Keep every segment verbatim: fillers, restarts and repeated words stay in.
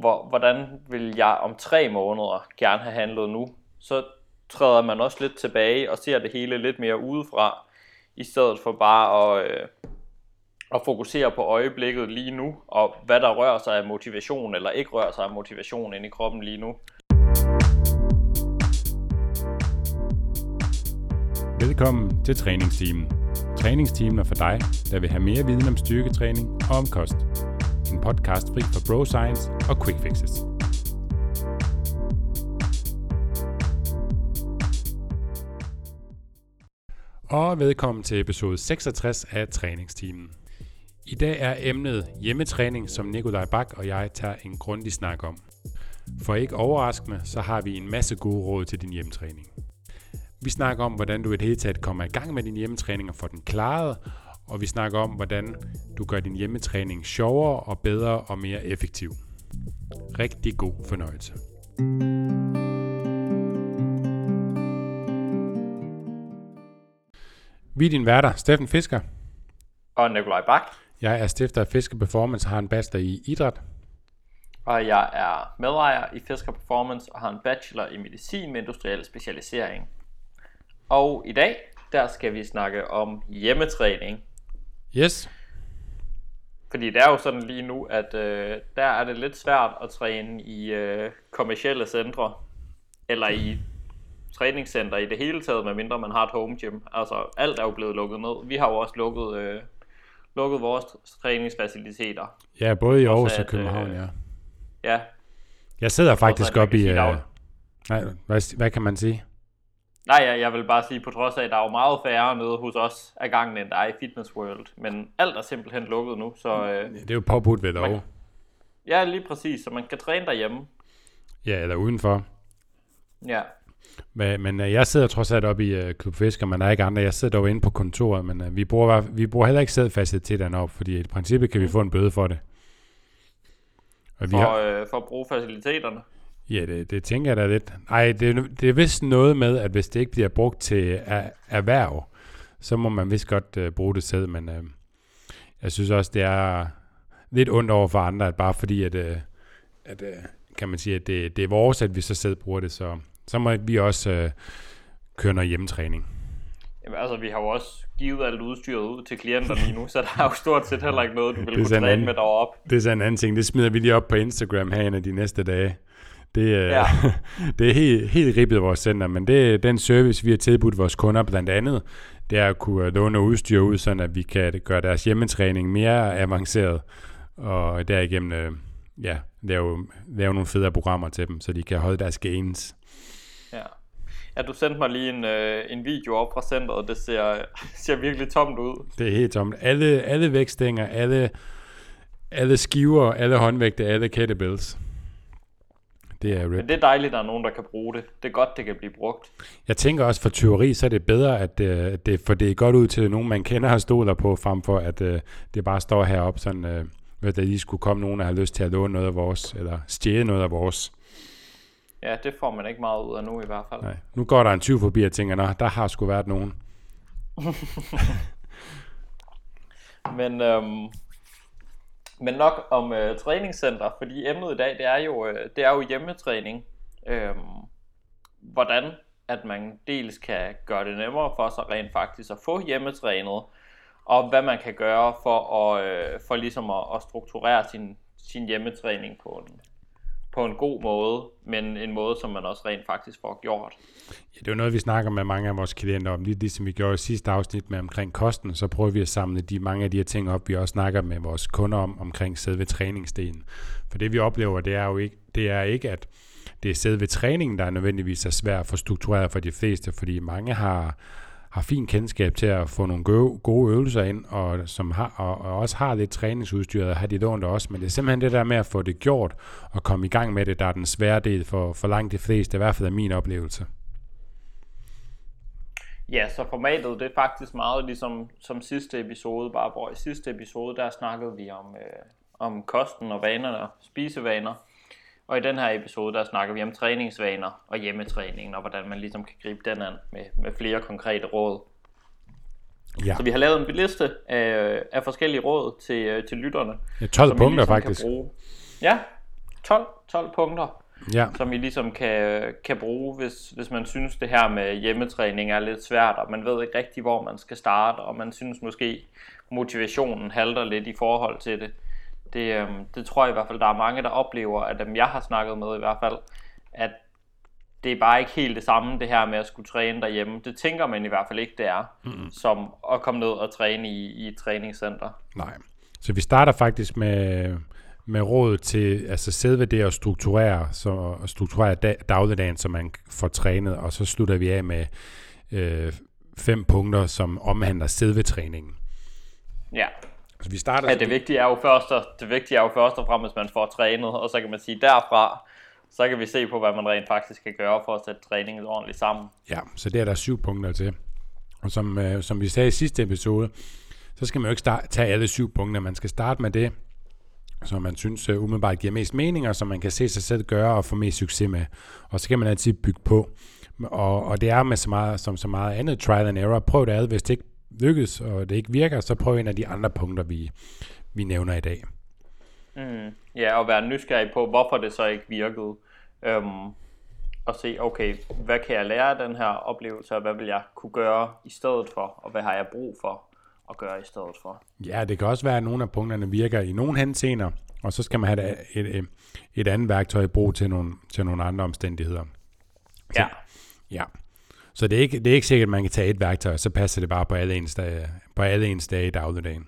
hvor, hvordan vil jeg om tre måneder gerne have handlet nu, så træder man også lidt tilbage og ser det hele lidt mere udefra, i stedet for bare at, øh, at fokusere på øjeblikket lige nu, og hvad der rører sig af motivation eller ikke rører sig af motivation inde i kroppen lige nu. Velkommen til Træningsteamen. Træningsteamen er for dig, der vil have mere viden om styrketræning og om kost. En podcast fri for bro science og quick fixes. Og velkommen til episode seksogtres af Træningsteamen. I dag er emnet hjemmetræning, som Nikolaj Bak og jeg tager en grundig snak om. For ikke overraskende, så har vi en masse gode råd til din hjemmetræning. Vi snakker om, hvordan du i det hele taget kommer i gang med din hjemmetræning og får den klaret, og vi snakker om, hvordan du gør din hjemmetræning sjovere og bedre og mere effektiv. Rigtig god fornøjelse. Vi er din værter, Steffen Fisker. Og Nikolaj Bak. Jeg er stifter af Fisker Performance og har en bachelor i idræt. Og jeg er medejer i Fisker Performance og har en bachelor i medicin med industriel specialisering. Og i dag, der skal vi snakke om hjemmetræning. Yes. Fordi det er jo sådan lige nu, at øh, der er det lidt svært at træne i øh, kommercielle centre, eller i træningscenter i det hele taget, medmindre man har et home gym. Altså alt er jo blevet lukket ned. Vi har jo også lukket, øh, lukket vores træningsfaciliteter. Ja, både i Aarhus og København, øh, ja. Ja. Jeg sidder faktisk op i... Øh, nej, hvad, hvad kan man sige? Nej, jeg, jeg vil bare sige, på trods af, at der er jo meget færre nede hos os af gangen, end der er i Fitness World. Men alt er simpelthen lukket nu, så... Øh, det er jo påbudt ved lov. Ja, lige præcis, så man kan træne derhjemme. Ja, eller udenfor. Ja. Men, men jeg sidder trods alt oppe i uh, Klub Fisker, men der er ikke andre. Jeg sidder dog inde på kontoret, men uh, vi, bruger, vi bruger heller ikke sædfaciliteterne op, fordi i princippet kan vi få en bøde for det. Og for, har, øh, for at bruge faciliteterne? Ja, det, det tænker jeg da lidt. Ej, det, det er vist noget med, at hvis det ikke bliver brugt til er, erhverv, så må man vist godt uh, bruge det selv, men uh, jeg synes også, det er lidt ondt over for andre, at bare fordi, at, uh, at uh, kan man sige, at det, det er vores, at vi så selv bruger det, så, så må vi også uh, køre noget hjemmetræning. Jamen, altså, vi har jo også givet alt udstyret ud til klienter lige nu, så der er jo stort set heller ikke noget, du vil kunne træne anden, med deroppe. Det er sådan en anden ting. Det smider vi lige op på Instagram her en af de næste dage. Det, ja. det er helt, helt ribbet vores center, men det er den service, vi har tilbudt vores kunder blandt andet, det er at kunne låne udstyr ud, sådan at vi kan gøre deres hjemmetræning mere avanceret, og derigennem øh, ja, lave, lave nogle federe programmer til dem, så de kan holde deres gains. Ja. Ja, du sendte mig lige en, øh, en video op fra centret, det ser, ser virkelig tomt ud. Det er helt tomt. Alle, alle vægtstænger, alle, alle skiver, alle håndvægte, alle kettlebells. Det er Men det er dejligt, at der er nogen, der kan bruge det. Det er godt, det kan blive brugt. Jeg tænker også for teori, så er det bedre, at det, det, for det er godt ud til nogen, man kender og stoler på, frem for at uh, det bare står heroppe, sådan, uh, at der lige skulle komme nogen, der har lyst til at låne noget af vores, eller stjæle noget af vores. Ja, det får man ikke meget ud af nu i hvert fald. Nej. Nu går der en tyv forbi og tænker, nå, der har sgu været nogen. Men... Øhm Men nok om øh, træningscenter, fordi emnet i dag, det er jo, øh, det er jo hjemmetræning. Øhm, hvordan at man dels kan gøre det nemmere for sig rent faktisk at få hjemmetrænet, og hvad man kan gøre for at øh, for ligesom at, at strukturere sin, sin hjemmetræning på en, på en god måde, men en måde, som man også rent faktisk får gjort. Ja, det er jo noget, vi snakker med mange af vores klienter om, lige ligesom vi gjorde i sidste afsnit med omkring kosten, så prøver vi at samle de mange af de her ting op, vi også snakker med vores kunder om, omkring selve træningsdelen. For det vi oplever, det er jo ikke, det er ikke at det er selve træningen, der nødvendigvis er svært at få struktureret for de fleste, fordi mange har, har fin kendskab til at få nogle gode, gode øvelser ind, og, som har, og, og også har lidt træningsudstyr, og har de lånt også, men det er simpelthen det der med at få det gjort, og komme i gang med det, der er den svære del for, for langt de fleste, i hvert fald er min oplevelse. Ja, så formatet, det er faktisk meget ligesom som sidste episode, bare hvor i sidste episode, der snakkede vi om, øh, om kosten og vanerne og spisevaner. Og i den her episode, der snakker vi om træningsvaner og hjemmetræningen, og hvordan man ligesom kan gribe den an med, med flere konkrete råd. Ja. Så vi har lavet en liste af, af forskellige råd til, til lytterne. Ja, tolv punkter ligesom faktisk. Ja, tolv, tolv punkter, ja. som I ligesom kan, kan bruge, hvis, hvis man synes det her med hjemmetræning er lidt svært, og man ved ikke rigtig, hvor man skal starte, og man synes måske motivationen halter lidt i forhold til det. Det, øhm, det tror jeg i hvert fald, der er mange, der oplever, at dem jeg har snakket med i hvert fald, at det er bare ikke helt det samme, det her med at skulle træne derhjemme. Det tænker man i hvert fald ikke, det er, mm-hmm. som at komme ned og træne i, i et træningscenter. Nej, så vi starter faktisk med, med råd til altså selve det at strukturere, så, at strukturere dag, dagligdagen, så man får trænet, og så slutter vi af med øh, fem punkter, som omhandler selve træningen. Ja. Så vi starter ja, det vigtige er jo først og, det vigtige er jo først og fremmest, at man får trænet, og så kan man sige derfra, så kan vi se på, hvad man rent faktisk kan gøre for at sætte træningen ordentligt sammen. Ja, så det er der syv punkter til. Og som, øh, som vi sagde i sidste episode, så skal man jo ikke start, tage alle syv punkter. Man skal starte med det, som man synes uh, umiddelbart giver mest mening, og som man kan se sig selv gøre og få mest succes med. Og så kan man altid bygge på. Og, og det er med så meget, som så meget andet trial and error. Prøv det alt, hvis det ikke lykkes, og det ikke virker, så prøv en af de andre punkter, vi, vi nævner i dag. Mm, ja, og være nysgerrig på, hvorfor det så ikke virkede. Øhm, og se, okay, hvad kan jeg lære af den her oplevelse, og hvad vil jeg kunne gøre i stedet for, og hvad har jeg brug for at gøre i stedet for. Ja, det kan også være, at nogle af punkterne virker i nogle henseender, og så skal man have et, et, et andet værktøj i brug til nogle, til nogle andre omstændigheder. Så, ja. Ja. Så det er, ikke, det er ikke sikkert, at man kan tage et værktøj, og så passer det bare på alle ens dage, på alle ens dage i dagligdagen.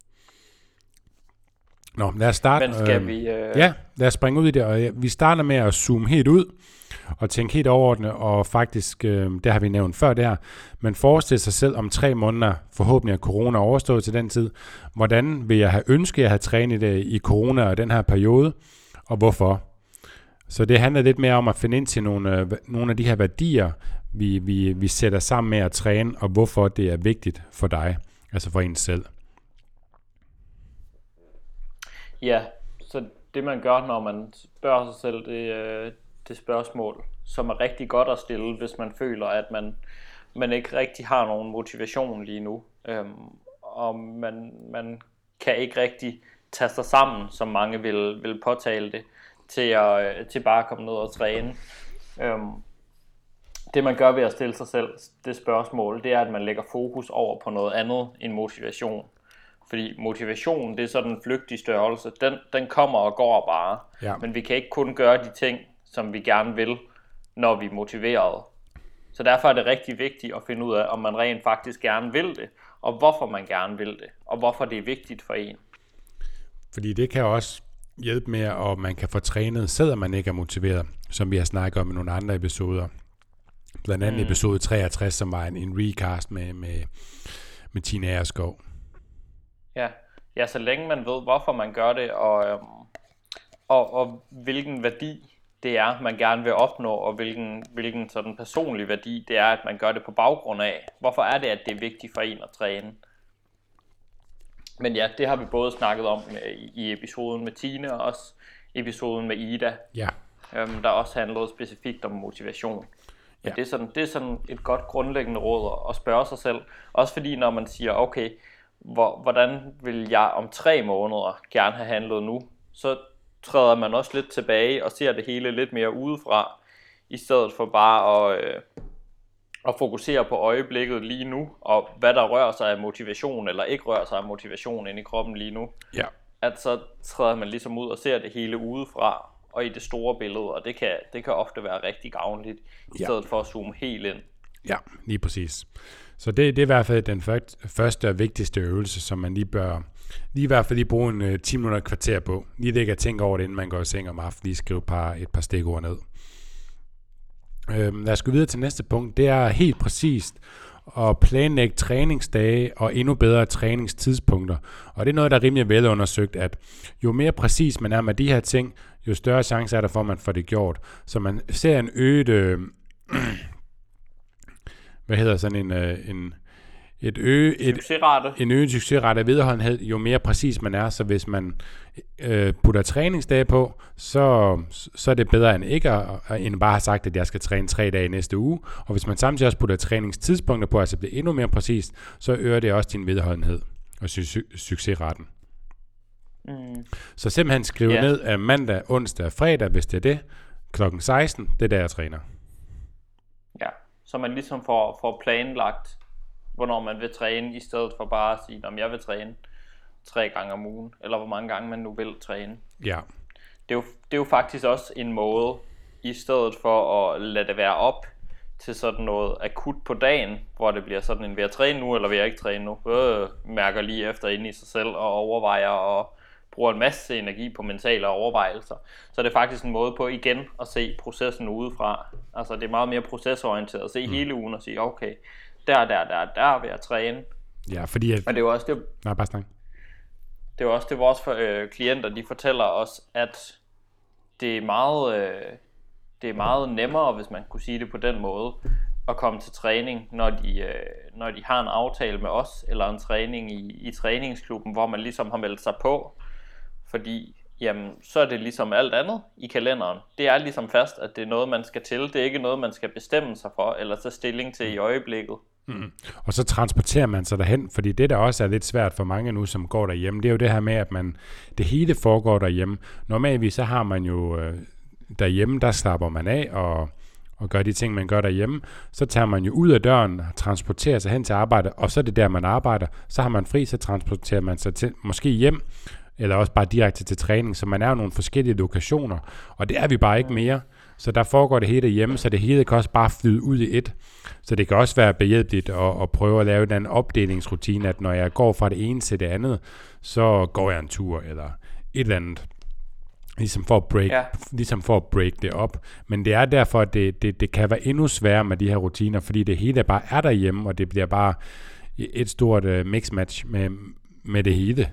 Nå, lad os starte. Men skal øh, vi... Øh... Ja, lad os springe ud i det, og vi starter med at zoome helt ud, og tænke helt overordnet, og faktisk, øh, det har vi nævnt før det her, men forestille sig selv om tre måneder, forhåbentlig er corona overstået til den tid, hvordan vil jeg have ønsket, at jeg havde trænet det i corona og den her periode, og hvorfor? Så det handler lidt mere om at finde ind til nogle, øh, nogle af de her værdier, vi, vi, vi sætter sammen med at træne, og hvorfor det er vigtigt for dig, altså for en selv. Ja, så det man gør, når man spørger sig selv det, det spørgsmål, som er rigtig godt at stille, hvis man føler, at man, man ikke rigtig har nogen motivation lige nu, øhm, og man, man kan ikke rigtig tage sig sammen, som mange vil, vil påtale det, til, at, til bare at komme ned og træne. Øhm, det man gør ved at stille sig selv det spørgsmål, det er, at man lægger fokus over på noget andet end motivation. Fordi motivation, det er sådan en flygtig størrelse. Den, den kommer og går bare. Ja. Men vi kan ikke kun gøre de ting, som vi gerne vil, når vi er motiveret. Så derfor er det rigtig vigtigt at finde ud af, om man rent faktisk gerne vil det, og hvorfor man gerne vil det, og hvorfor det er vigtigt for en. Fordi det kan også hjælpe med, at man kan få trænet, selvom man ikke er motiveret, som vi har snakket om i nogle andre episoder. Blandt andet mm. episode treogtres, som var en, en recast med, med, med Tina Agerskov. Ja. ja, så længe man ved, hvorfor man gør det, og, øhm, og, og hvilken værdi det er, man gerne vil opnå, og hvilken, hvilken sådan personlig værdi det er, at man gør det på baggrund af. Hvorfor er det, at det er vigtigt for en at træne? Men ja, det har vi både snakket om i episoden med Tine, og også episoden med Ida, ja. øhm, der også handlede specifikt om motivation. Ja. Det, er sådan, det er sådan et godt grundlæggende råd at spørge sig selv. Også fordi, når man siger, okay, hvor, hvordan vil jeg om tre måneder gerne have handlet nu, så træder man også lidt tilbage og ser det hele lidt mere udefra, i stedet for bare at, øh, at fokusere på øjeblikket lige nu, og hvad der rører sig af motivation, eller ikke rører sig af motivation inde i kroppen lige nu. Ja. At så træder man ligesom ud og ser det hele udefra, og i det store billede, og det kan, det kan ofte være rigtig gavnligt, i stedet ja. for at zoome helt ind. Ja, lige præcis. Så det, det er i hvert fald den første og vigtigste øvelse, som man lige bør, lige i hvert fald lige bruge en uh, ti minutter kvarter på. Lige det ikke at tænke over det, inden man går i seng om aftenen, lige skrive et par, et par stikord ned. Øhm, lad os gå videre til næste punkt. Det er helt præcist at planlægge træningsdage og endnu bedre træningstidspunkter. Og det er noget, der er rimelig velundersøgt, at jo mere præcis man er med de her ting, jo større chance er der for, at man får det gjort. Så man ser en øget... Øh, hvad hedder sådan en... Øh, en et øge, et, en øget succesrate af vedholdenhed, jo mere præcis man er. Så hvis man øh, putter træningsdage på, så, så er det bedre end ikke at, end bare have sagt, at jeg skal træne tre dage næste uge. Og hvis man samtidig også putter træningstidspunkter på, altså bliver endnu mere præcist, så øger det også din vedholdenhed og su- succesraten. Mm. Så simpelthen skrive Ja. ned af mandag, onsdag og fredag, hvis det er det, klokken seksten, det er der, jeg træner. Ja, så man ligesom får, får planlagt, hvornår man vil træne, i stedet for bare at sige, om jeg vil træne tre gange om ugen, eller hvor mange gange man nu vil træne. Ja. Det er jo, det er jo faktisk også en måde, i stedet for at lade det være op til sådan noget akut på dagen, hvor det bliver sådan en, vil jeg træne nu, eller vil jeg ikke træne nu? Øh, mærker lige efter inde i sig selv, og overvejer, og bruger en masse energi på mentale overvejelser. Så det er faktisk en måde på igen at se processen udefra. Altså det er meget mere procesorienteret, at se mm. hele ugen og sige, okay, der, der, der, der vil jeg træne. Ja, fordi at... Og det er jo også det, Nej, bare snak. det er jo også det, vores øh, klienter, de fortæller os, at det er meget, øh, det er meget nemmere, hvis man kunne sige det på den måde, at komme til træning, når de, øh, når de har en aftale med os, eller en træning i, i træningsklubben, hvor man ligesom har meldt sig på. Fordi, jamen, så er det ligesom alt andet i kalenderen. Det er ligesom fast, at det er noget, man skal til. Det er ikke noget, man skal bestemme sig for, eller tage stilling til i øjeblikket. Mm. Og så transporterer man sig derhen, fordi det der også er lidt svært for mange nu, som går derhjemme, det er jo det her med, at man, det hele foregår derhjemme. Normalvis så har man jo øh, derhjemme, der slapper man af og, og gør de ting, man gør derhjemme. Så tager man jo ud af døren, transporterer sig hen til arbejde, og så er det der, man arbejder. Så har man fri, så transporterer man sig til, måske hjem, eller også bare direkte til træning. Så man er jo nogle forskellige lokationer, og det er vi bare ikke mere. Så der foregår det hele hjemme, så det hele kan også bare flyde ud i et. Så det kan også være behjælpeligt at, at prøve at lave den opdelingsrutine, at når jeg går fra det ene til det andet, så går jeg en tur, eller et eller andet, ligesom for at break, ja. ligesom for at break det op. Men det er derfor, at det, det, det kan være endnu sværere med de her rutiner, fordi det hele bare er derhjemme, og det bliver bare et stort uh, mix-match med, med det hele.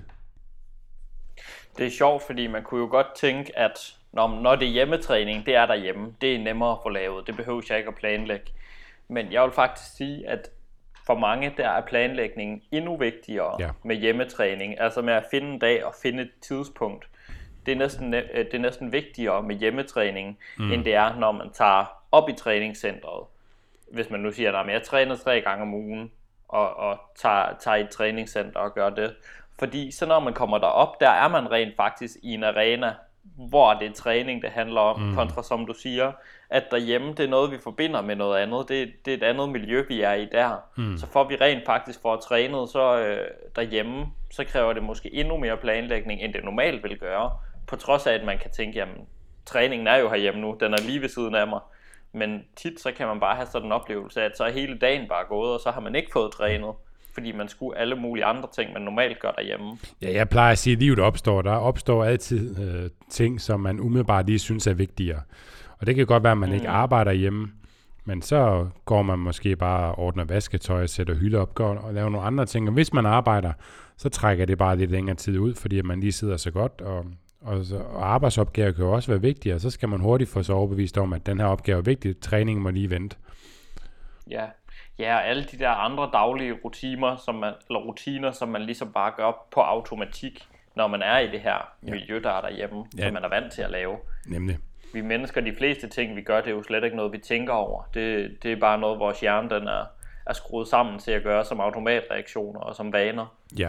Det er sjovt, fordi man kunne jo godt tænke, at når, når det er hjemmetræning, det er derhjemme. Det er nemmere at få lavet. Det behøver jeg ikke at planlægge. Men jeg vil faktisk sige, at for mange, der er planlægningen endnu vigtigere ja. med hjemmetræning. Altså med at finde en dag og finde et tidspunkt. Det er næsten, det er næsten vigtigere med hjemmetræning, mm. end det er, når man tager op i træningscentret. Hvis man nu siger, at jeg træner tre gange om ugen, og, og tager, tager i et træningscenter og gør det. Fordi så når man kommer derop, der er man rent faktisk i en arena, hvor det er træning, det handler om, mm. kontra som du siger, at derhjemme, det er noget, vi forbinder med noget andet. Det, det er et andet miljø, vi er i der. Mm. Så for vi rent faktisk får trænet så øh, derhjemme, så kræver det måske endnu mere planlægning, end det normalt vil gøre. På trods af, at man kan tænke, jamen, træningen er jo herhjemme nu, den er lige ved siden af mig. Men tit så kan man bare have sådan en oplevelse af, at så er hele dagen bare gået, og så har man ikke fået trænet. Fordi man skulle alle mulige andre ting, man normalt gør derhjemme. Ja, jeg plejer at sige, at livet opstår. Der opstår altid øh, ting, som man umiddelbart lige synes er vigtigere. Og det kan godt være, at man mm. ikke arbejder hjemme, men så går man måske bare og ordner vasketøj, sætter hylder op og laver nogle andre ting. Og hvis man arbejder, så trækker det bare lidt længere tid ud, fordi man lige sidder så godt. Og, og, så, og arbejdsopgaver kan jo også være vigtige, og så skal man hurtigt få sig overbevist om, at den her opgave er vigtig. Træningen må lige vente. Ja. Ja, og alle de der andre daglige rutiner, som man, eller rutiner, som man ligesom bare gør på automatik, når man er i det her ja. miljø, der er derhjemme, ja. som man er vant til at lave. Nemlig. Vi mennesker, de fleste ting, vi gør, det er jo slet ikke noget, vi tænker over. Det, det er bare noget, vores hjerne den er, er skruet sammen til at gøre som automatreaktioner og som vaner. Ja.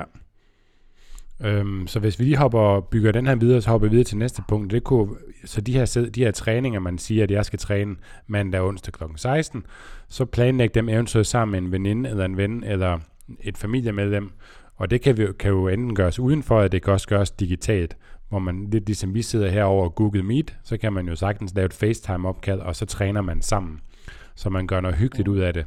Øhm, så hvis vi lige hopper bygger den her videre, så hopper vi videre til næste punkt. Det kunne, så de her, de her træninger, man siger, at jeg skal træne mandag og onsdag klokken seksten, så planlæg dem eventuelt sammen med en veninde eller en ven eller et familiemedlem. Og det kan, vi, kan jo enten gøres udenfor, at det kan også gøres digitalt, hvor man lidt ligesom vi sidder her over Google Meet, så kan man jo sagtens lave et FaceTime-opkald, og så træner man sammen, så man gør noget hyggeligt ud af det.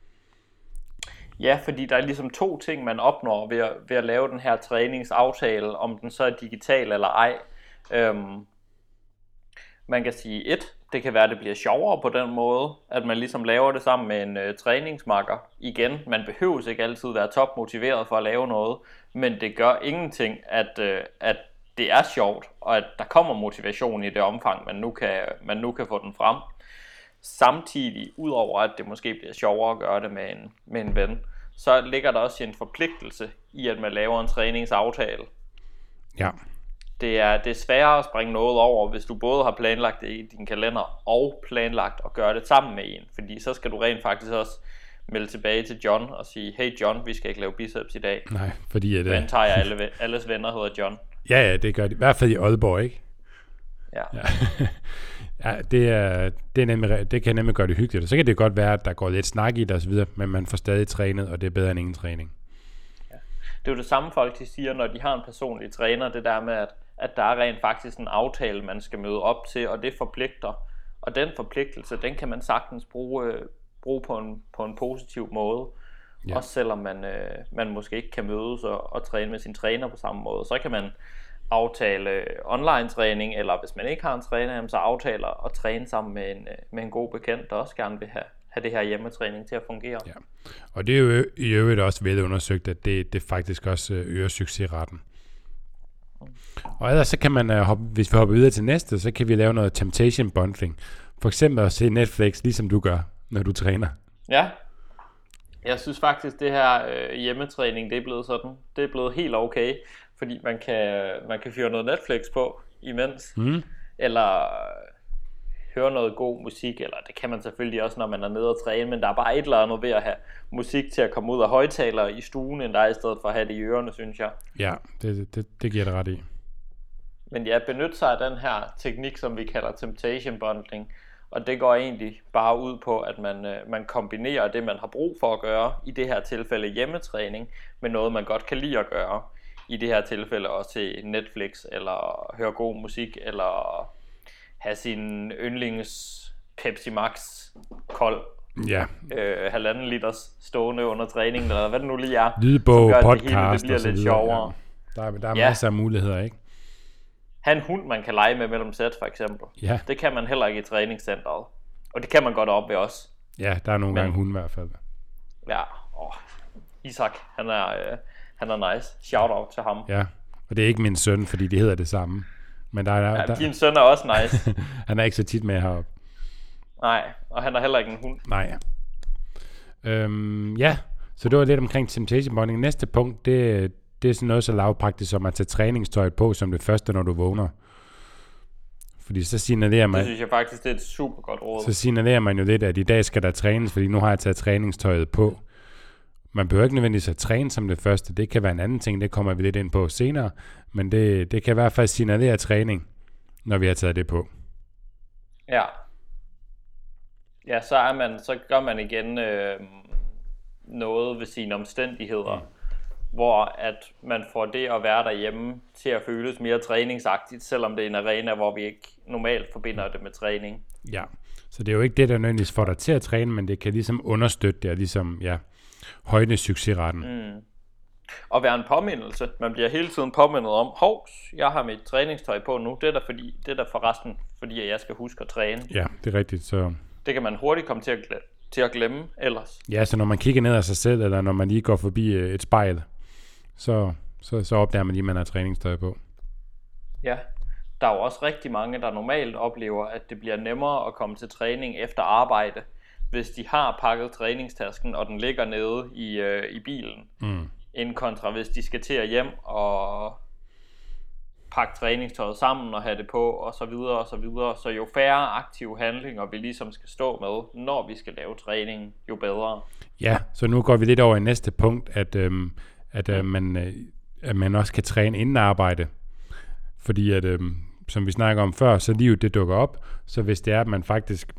Ja, fordi der er ligesom to ting, man opnår ved at, ved at lave den her træningsaftale, om den så er digital eller ej. Øhm, man kan sige et, det kan være, at det bliver sjovere på den måde, at man ligesom laver det sammen med en øh, træningsmakker. Igen, man behøver ikke altid være topmotiveret for at lave noget, men det gør ingenting, at, øh, at det er sjovt, og at der kommer motivation i det omfang, man nu kan, man nu kan få den frem. Samtidig, udover at det måske bliver sjovere at gøre det med en, med en ven, så ligger der også en forpligtelse i, at man laver en træningsaftale. Ja. Det er, det er sværere at springe noget over, hvis du både har planlagt det i din kalender, og planlagt at gøre det sammen med en. Fordi så skal du rent faktisk også melde tilbage til John og sige, hey John, vi skal ikke lave biceps i dag. Nej, fordi at... Men tager jeg alle, alles venner hedder John. Ja, ja, det gør det. I hvert fald i Aalborg, ikke? Ja. Ja, ja det, er, det, er nemlig, det kan nemlig gøre det hyggeligt. Og så kan det godt være, at der går lidt snak i det og så videre, men man får stadig trænet, og det er bedre end ingen træning. Ja. Det er jo det samme folk, de siger, når de har en personlig træner, det der med, at, at der er rent faktisk en aftale, man skal møde op til, og det forpligter. Og den forpligtelse, den kan man sagtens bruge, bruge på, en, på en positiv måde. Ja. Også selvom man, øh, man måske ikke kan mødes og, og træne med sin træner på samme måde. Så kan man aftale online træning, eller hvis man ikke har en træner, så aftaler at træne sammen med en, med en god bekendt, der også gerne vil have, have det her hjemmetræning til at fungere. Ja. Og det er jo i øvrigt også velundersøgt, at det, det faktisk også øger succesraten. Og ellers så kan man, hoppe, hvis vi hopper videre til næste, så kan vi lave noget temptation bundling. For eksempel at se Netflix, ligesom du gør, når du træner. Ja, jeg synes faktisk, det her øh, hjemmetræning, det er blevet sådan, det er blevet helt okay, fordi man kan, man kan fyre noget Netflix på imens, mm. eller høre noget god musik, eller det kan man selvfølgelig også, når man er nede og træne, men der er bare et eller andet ved at have musik til at komme ud af højtalere i stuen, end der er i stedet for at have det i ørerne, synes jeg. Ja, det, det, det giver det ret i. Men jeg benytter sig af den her teknik, som vi kalder temptation bundling, og det går egentlig bare ud på, at man, man kombinerer det, man har brug for at gøre, i det her tilfælde hjemmetræning, med noget, man godt kan lide at gøre. I det her tilfælde også til Netflix, eller høre god musik, eller have sin yndlings Pepsi Max kold, ja. øh, halvanden liters stående under træningen, eller hvad det nu lige er. Lydbog, gør, podcast det hele, det bliver lidt sjovere. Ja. Der er, der er ja. masser af muligheder, ikke? Ha' en hund, man kan lege med mellem sæt, for eksempel. Ja. Det kan man heller ikke i træningscenteret. Og det kan man godt op ved os. Ja, der er nogle Men, gange hund i hvert fald. Ja, åh, Isak, han er, øh, han er nice. Shout out til ham. Ja, og det er ikke min søn, fordi de hedder det samme. Men der er, ja, der... din søn er også nice. Han er ikke så tit med heroppe. Nej, og han er heller ikke en hund. Nej. Øhm, ja, så det var lidt omkring temptation bonding. Næste punkt, det, det er sådan noget så lavpraktisk som at tage træningstøjet på som det første, når du vågner. Fordi så signalerer man... Det synes jeg faktisk, det er et super godt råd. Så signalerer man jo lidt, at i dag skal der trænes, fordi nu har jeg taget træningstøjet på. Man behøver ikke nødvendigvis at træne som det første. Det kan være en anden ting, det kommer vi lidt ind på senere. Men det, det kan i hvert fald signalere træning, når vi har taget det på. Ja. Ja, så, er man, så gør man igen øh, noget ved sine omstændigheder. Mm. Hvor at man får det at være derhjemme til at føles mere træningsagtigt, selvom det er en arena, hvor vi ikke normalt forbinder det med træning. Ja, så det er jo ikke det, der nødvendigvis får dig til at træne, men det kan ligesom understøtte det og ligesom, ja, højne succesraten. Mm. Og være en påmindelse. Man bliver hele tiden påmindet om, hov, jeg har mit træningstøj på nu, det er der, fordi, det er der forresten, fordi jeg skal huske at træne. Ja, det er rigtigt. Så... Det kan man hurtigt komme til at, glemme, til at glemme ellers. Ja, så når man kigger ned af sig selv, eller når man lige går forbi et spejl, så, så, så opdager man lige, at man har træningstøj på. Ja, der er jo også rigtig mange, der normalt oplever, at det bliver nemmere at komme til træning efter arbejde, hvis de har pakket træningstasken, og den ligger nede i, øh, i bilen, mm. end kontra hvis de skal til at hjem og pakke træningstøjet sammen og have det på, og så videre og så videre. Så jo færre aktive handlinger vi ligesom skal stå med, når vi skal lave træning, jo bedre. Ja, så nu går vi lidt over i næste punkt, at, øhm, at, øh, man, øh, at man også kan træne inden arbejde. Fordi at, øh, som vi snakker om før, så livet det dukker op, så hvis det er, at man faktisk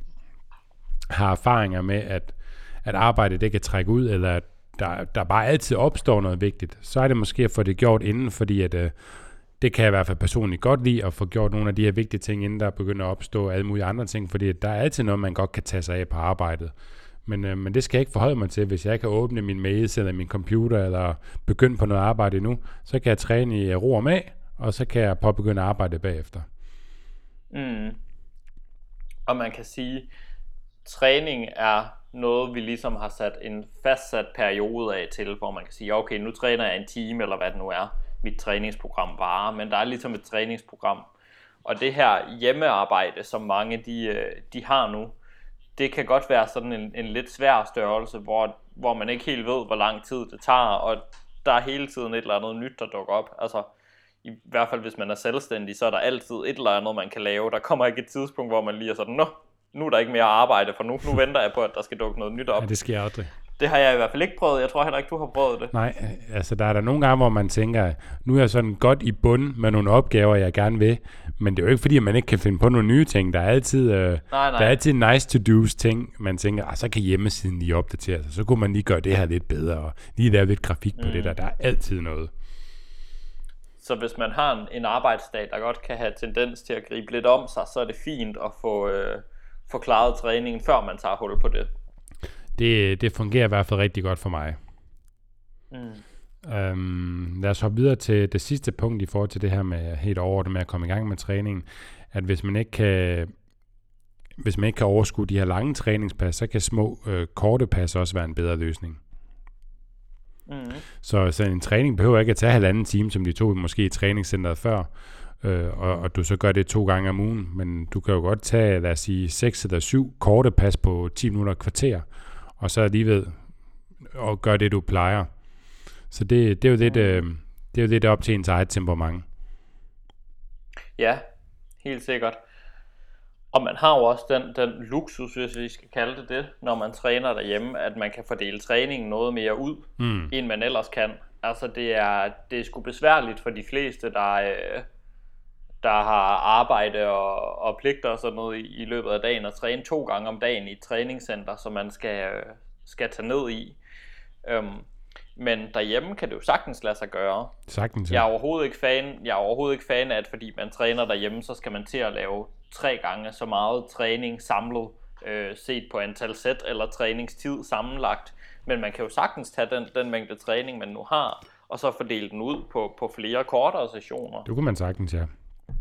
har erfaringer med, at, at arbejde det kan trække ud, eller at der, der bare altid opstår noget vigtigt, så er det måske at få det gjort inden, fordi at, øh, det kan jeg i hvert fald personligt godt lide, at få gjort nogle af de her vigtige ting, inden der begynder at opstå alle mulige andre ting, fordi der er altid noget, man godt kan tage sig af på arbejdet. Men, øh, men det skal jeg ikke forholde mig til. Hvis jeg kan åbne min mails eller min computer, eller begynde på noget arbejde nu, så kan jeg træne i ro og mag, og så kan jeg påbegynde at arbejde bagefter. Mm. Og man kan sige, træning er noget, vi ligesom har sat en fastsat periode af til, hvor man kan sige, okay, nu træner jeg en time, eller hvad det nu er, mit træningsprogram varer, men der er ligesom et træningsprogram. Og det her hjemmearbejde, som mange de, de har nu, det kan godt være sådan en, en lidt svær størrelse, hvor, hvor man ikke helt ved, hvor lang tid det tager, og der er hele tiden et eller andet nyt, der dukker op. Altså, i hvert fald hvis man er selvstændig, så er der altid et eller andet, man kan lave. Der kommer ikke et tidspunkt, hvor man lige er sådan, nå, nu er der ikke mere arbejde, for nu, nu venter jeg på, at der skal dukke noget nyt op. Ja, det sker aldrig. Det har jeg i hvert fald ikke prøvet. Jeg tror heller ikke, du har prøvet det. Nej, altså der er der nogle gange, hvor man tænker, nu er jeg sådan godt i bund med nogle opgaver, jeg gerne vil, men det er jo ikke fordi, at man ikke kan finde på nogle nye ting. Der er altid, øh, nej, nej. Der er altid nice to do's ting, man tænker, ah, så kan hjemmesiden lige opdatere sig, så kunne man lige gøre det her lidt bedre, og lige lave lidt grafik på mm. det der. Der er altid noget. Så hvis man har en, en arbejdsdag, der godt kan have tendens til at gribe lidt om sig, så er det fint at få, øh, få klaret træningen, før man tager hul på det. Det, det fungerer i hvert fald rigtig godt for mig. Mm. Øhm, lad os hoppe videre til det sidste punkt i forhold til det her med helt overordnet med at komme i gang med træningen. At hvis man ikke kan, hvis man ikke kan overskue de her lange træningspas, så kan små øh, korte pas også være en bedre løsning. Mm. Så, så en træning behøver ikke at tage halvanden time, som de tog måske i træningscenteret før, øh, og, og du så gør det to gange om ugen. Men du kan jo godt tage, lad os sige, seks eller syv korte pas på ti minutter og kvarter, og så alligevel og gøre det, du plejer. Så det, det er jo lidt, øh, det er jo lidt op til ens eget temperament. Ja, helt sikkert. Og man har jo også den, den luksus, hvis vi skal kalde det det, når man træner derhjemme, at man kan fordele træningen noget mere ud, mm. end man ellers kan. Altså det er, det er sgu besværligt for de fleste, der, øh, der har arbejde og, og pligter og sådan noget i, i løbet af dagen, og træne to gange om dagen i et træningscenter, som man skal, øh, skal tage ned i. Øhm, men derhjemme kan det jo sagtens lade sig gøre. Sagtens, ja. Jeg er overhovedet ikke fan, jeg er overhovedet ikke fan af, at fordi man træner derhjemme, så skal man til at lave tre gange så meget træning samlet, øh, set på antal sæt eller træningstid sammenlagt. Men man kan jo sagtens tage den, den mængde træning, man nu har, og så fordele den ud på, på flere kortere sessioner. Det kunne man sagtens, ja.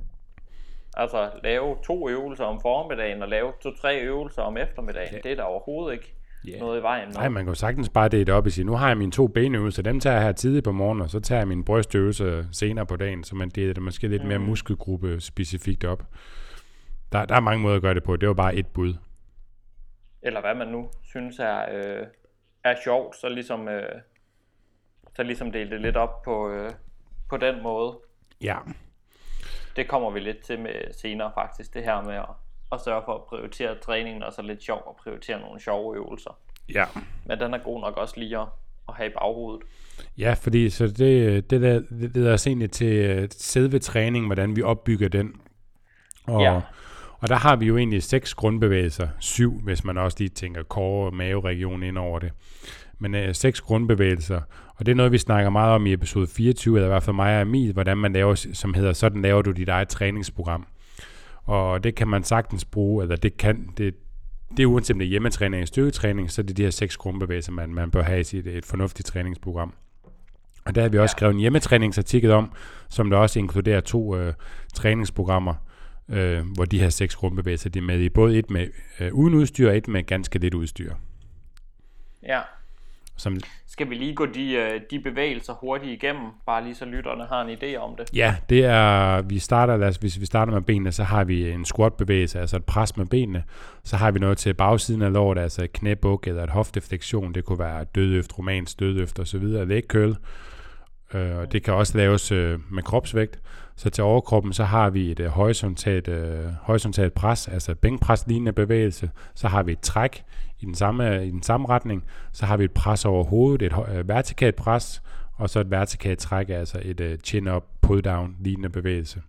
Altså lave to øvelser om formiddagen og lave to-tre øvelser om eftermiddagen. Ja. Det er der overhovedet ikke yeah. noget i vejen med. Nej, man kan jo sagtens bare dele det op og sige, nu har jeg mine to benøvelser, dem tager jeg her tidligt på morgenen, og så tager jeg mine brystøvelser senere på dagen, så man deler det måske lidt mm. mere muskelgruppe specifikt op. Der, der er mange måder at gøre det på, det var bare et bud. Eller hvad man nu synes er, øh, er sjovt, så ligesom, øh, så ligesom dele det lidt op på, øh, på den måde. Ja. Det kommer vi lidt til med senere faktisk, det her med at, at sørge for at prioritere træningen, og så lidt sjovt at prioritere nogle sjove øvelser. Ja. Men den er god nok også lige at, at have i baghovedet. Ja, fordi så det, det, der, det leder os egentlig til selve træningen, hvordan vi opbygger den. Og, ja. og der har vi jo egentlig seks grundbevægelser, syv, hvis man også lige tænker core- og maveregion ind over det. Men øh, seks grundbevægelser, og det er noget, vi snakker meget om i episode fireogtyve, eller i hvert fald mig og Emil, hvordan man laver, som hedder, sådan laver du dit eget træningsprogram. Og det kan man sagtens bruge, eller det kan, det, det er uanset om det er hjemmetræning eller styrketræning, så er det de her seks grundbevægelser, man, man bør have i sit, et fornuftigt træningsprogram. Og der har vi også ja. skrevet en hjemmetræningsartikel om, som der også inkluderer to øh, træningsprogrammer, øh, hvor de her seks grundbevægelser, de er med i både et med øh, uden udstyr, og et med ganske lidt udstyr. Ja. Som, Skal vi lige gå de, de bevægelser hurtigt igennem, bare lige så lytterne har en idé om det? Ja, det er, vi starter, lad os, hvis vi starter med benene, så har vi en squat-bevægelse, altså et pres med benene. Så har vi noget til bagsiden af låret, altså et knæbuk eller et hofteflektion. Det kunne være dødøft, romansk dødøft osv. Leg curl. Uh, det kan også laves uh, med kropsvægt. Så til overkroppen, så har vi et uh, horisontalt, uh, horisontalt pres, altså et bænkpres-lignende bevægelse. Så har vi et træk i den samme, i den samme retning. Så har vi et pres over hovedet, et uh, vertikalt pres, og så et vertikalt træk, altså et uh, chin-up, pull-down lignende bevægelse.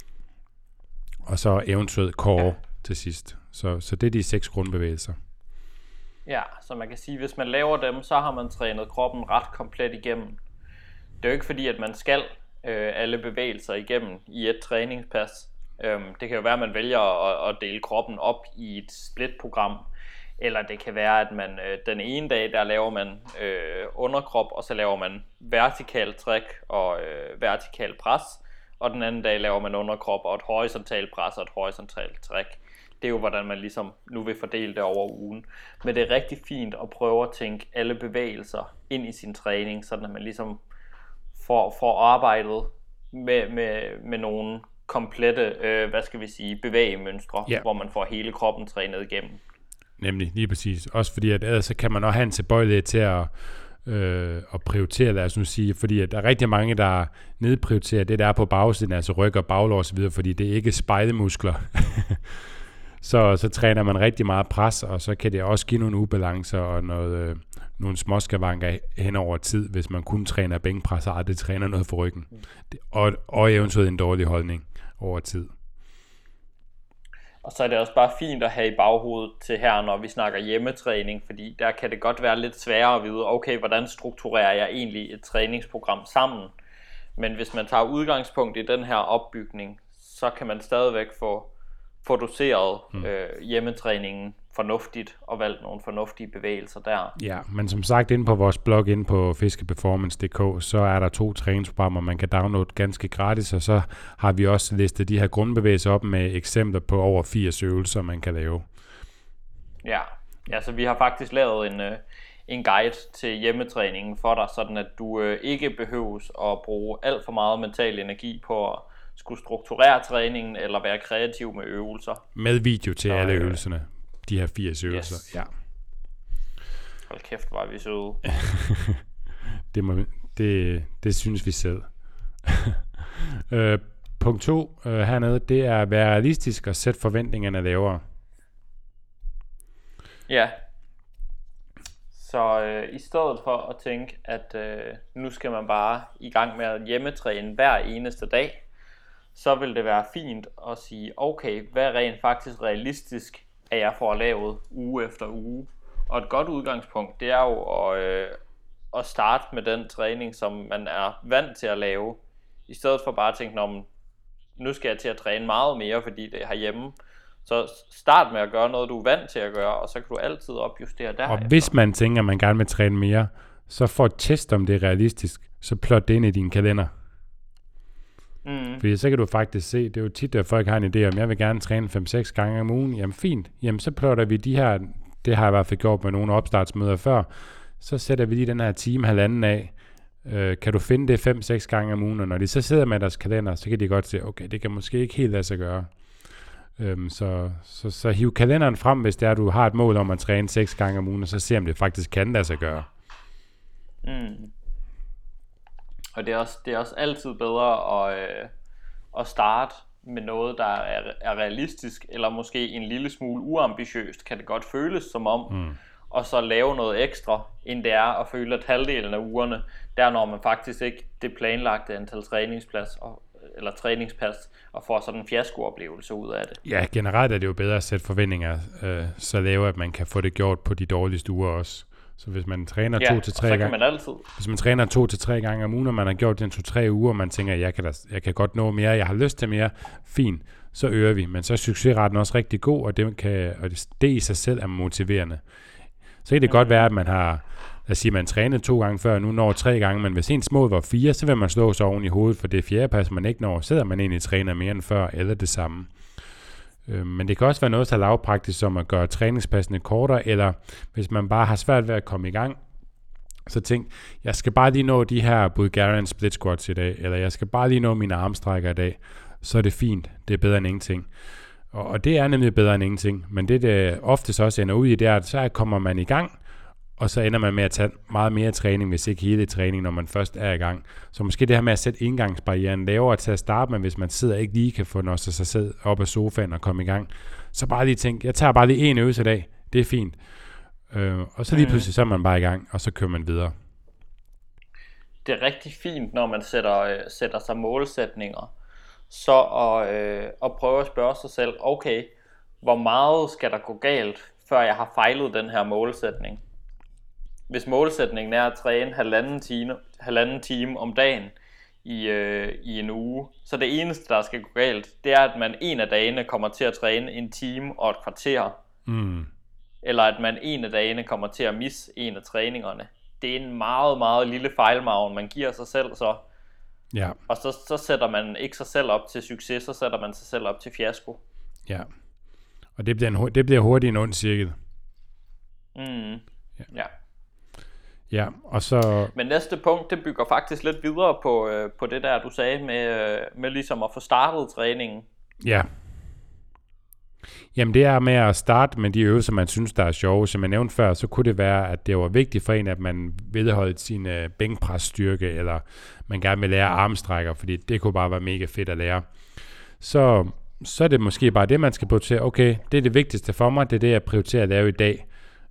Og så eventuelt core ja. til sidst. Så, så det er de seks grundbevægelser. Ja, så man kan sige, hvis man laver dem, så har man trænet kroppen ret komplet igennem. Det er jo ikke fordi, at man skal øh, alle bevægelser igennem i et træningspas. Øhm, det kan jo være, at man vælger at, at dele kroppen op i et split-program. Eller det kan være, at man øh, den ene dag, der laver man øh, underkrop, og så laver man vertikalt træk og øh, vertikalt pres. Og den anden dag laver man underkrop og et horisontalt pres og et horisontalt træk. Det er jo, hvordan man ligesom nu vil fordele det over ugen. Men det er rigtig fint at prøve at tænke alle bevægelser ind i sin træning, sådan at man ligesom For, for arbejdet med, med, med nogle komplette, øh, hvad skal vi sige, bevægemønstre, ja. hvor man får hele kroppen trænet igennem. Nemlig, lige præcis. Også fordi, at ellers så kan man også have en tilbøjelighed til at, øh, at prioritere, lad os nu sige, fordi at der er rigtig mange, der nedprioriterer det, der er på bagsiden, altså ryg og baglår og så videre, fordi det er ikke spejlemuskler. så, så træner man rigtig meget pres, og så kan det også give nogle ubalancer og noget, øh, nogle småskavanker hen over tid, hvis man kun træner bænkpres og aldrig træner noget for ryggen. Det, og, og eventuelt en dårlig holdning over tid. Og så er det også bare fint at have i baghovedet til her, når vi snakker hjemmetræning, fordi der kan det godt være lidt sværere at vide, okay, hvordan strukturerer jeg egentlig et træningsprogram sammen? Men hvis man tager udgangspunkt i den her opbygning, så kan man stadigvæk få, få doseret mm. øh, hjemmetræningen fornuftigt og valgt nogle fornuftige bevægelser der. Ja, men som sagt, inde på vores blog, inde på fiskeperformance punktum d k, så er der to træningsprogrammer, man kan downloade ganske gratis, og så har vi også listet de her grundbevægelser op med eksempler på over firs øvelser, man kan lave. Ja, ja, så vi har faktisk lavet en, en guide til hjemmetræningen for dig, sådan at du øh, ikke behøves at bruge alt for meget mental energi på at skulle strukturere træningen eller være kreativ med øvelser. Med video til så, alle øh, øvelserne. De her firs øvelser, yes. ja. Hold kæft, var vi søde. det, må, det, det synes vi selv. øh, punkt to øh, hernede, det er at være realistisk og sætte forventningerne lavere. Ja. Så øh, i stedet for at tænke, at øh, nu skal man bare i gang med at hjemmetræne hver eneste dag, så vil det være fint at sige, okay, hvad er rent faktisk realistisk, at jeg får lavet uge efter uge. Og et godt udgangspunkt, det er jo at, øh, at starte med den træning, som man er vant til at lave, i stedet for bare at tænke, om nu skal jeg til at træne meget mere, fordi det er herhjemme. Så start med at gøre noget, du er vant til at gøre, og så kan du altid opjustere derefter. Og hvis man tænker, at man gerne vil træne mere, så for at teste, om det er realistisk, så plot det ind i din kalender. Mm. Fordi så kan du faktisk se, det er jo tit, at folk har en idé om, jeg vil gerne træne fem seks gange om ugen. Jamen fint, jamen så plotter vi de her, det har jeg i hvert fald gjort med nogle opstartsmøder før, så sætter vi lige den her time halvanden af. Øh, kan du finde det fem seks gange om ugen, og når de så sidder med deres kalender, så kan de godt se, okay, det kan måske ikke helt lade sig gøre. Øhm, så, så, så hiv kalenderen frem, hvis det er, du har et mål om at træne seks gange om ugen, og så se, om det faktisk kan lade sig gøre. Mm. Og det er, også, det er også altid bedre at, øh, at starte med noget, der er, er realistisk, eller måske en lille smule uambitiøst, kan det godt føles som om, mm. og så lave noget ekstra, end det er at føle, at halvdelen af ugerne, der når man faktisk ikke det planlagte antal træningsplads, og, eller træningspas, og får sådan en fiaskooplevelse ud af det. Ja, generelt er det jo bedre at sætte forventninger øh, så lave, at man kan få det gjort på de dårligste uger også. Så hvis man træner ja, to til tre gange, man altid. hvis man træner to til tre gange om ugen, og man har gjort det en to tre uger, og man tænker, jeg kan, da, jeg kan godt nå mere, jeg har lyst til mere, fint, så øger vi. Men så er succesraten også rigtig god, og det, kan, og det, det i sig selv er motiverende. Så kan det mm. godt være, at man har, lad os sige, man trænet to gange før, og nu når tre gange, men hvis ens mål var fire, så vil man slå sig oven i hovedet, for det fjerde pas, man ikke når, sidder man egentlig træner mere end før, eller det samme. Men det kan også være noget så lavpraktisk som at gøre træningspassene kortere, eller hvis man bare har svært ved at komme i gang, så tænk, jeg skal bare lige nå de her Bulgarian split squats i dag, eller jeg skal bare lige nå mine armstrækker i dag, så er det fint, det er bedre end ingenting. Og, og det er nemlig bedre end ingenting, men det det oftest også ender ud i, det er, at så kommer man i gang, og så ender man med at tage meget mere træning, hvis ikke hele træning, når man først er i gang. Så måske det her med at sætte indgangsbarrieren lavere til at starte med, hvis man sidder ikke lige kan få noget sig selv op af sofaen og komme i gang. Så bare lige tænk, jeg tager bare lige en øvelse i dag, det er fint. Øh, og så lige pludselig så er man bare i gang, og så kører man videre. Det er rigtig fint, når man sætter, øh, sætter sig målsætninger, så at, øh, at prøve at spørge sig selv, okay, hvor meget skal der gå galt, før jeg har fejlet den her målsætning? Hvis målsætningen er at træne halvanden time, halvanden time om dagen i, øh, i en uge, så det eneste, der skal gå galt, det er, at man en af dagene kommer til at træne en time og et kvarter. Mm. Eller at man en af dagene kommer til at misse en af træningerne. Det er en meget, meget lille fejlmargen, man giver sig selv så. Ja. Og så, så sætter man ikke sig selv op til succes, så sætter man sig selv op til fiasko. Ja. Og det bliver, en, det bliver hurtigt en ond cirkel. Mm. Ja. ja. Ja, og så... Men næste punkt, det bygger faktisk lidt videre på, øh, på det der, du sagde, med, øh, med ligesom at få startet træningen. Ja. Jamen det er med at starte med de øvelser, man synes, der er sjove. Som jeg nævnte før, så kunne det være, at det var vigtigt for en, at man vedholdt sin øh, bænkpresstyrke, eller man gerne vil lære armstrækker, fordi det kunne bare være mega fedt at lære. Så, så er det måske bare det, man skal prioritere. Okay, det er det vigtigste for mig, det er det, jeg prioriterer at lave i dag.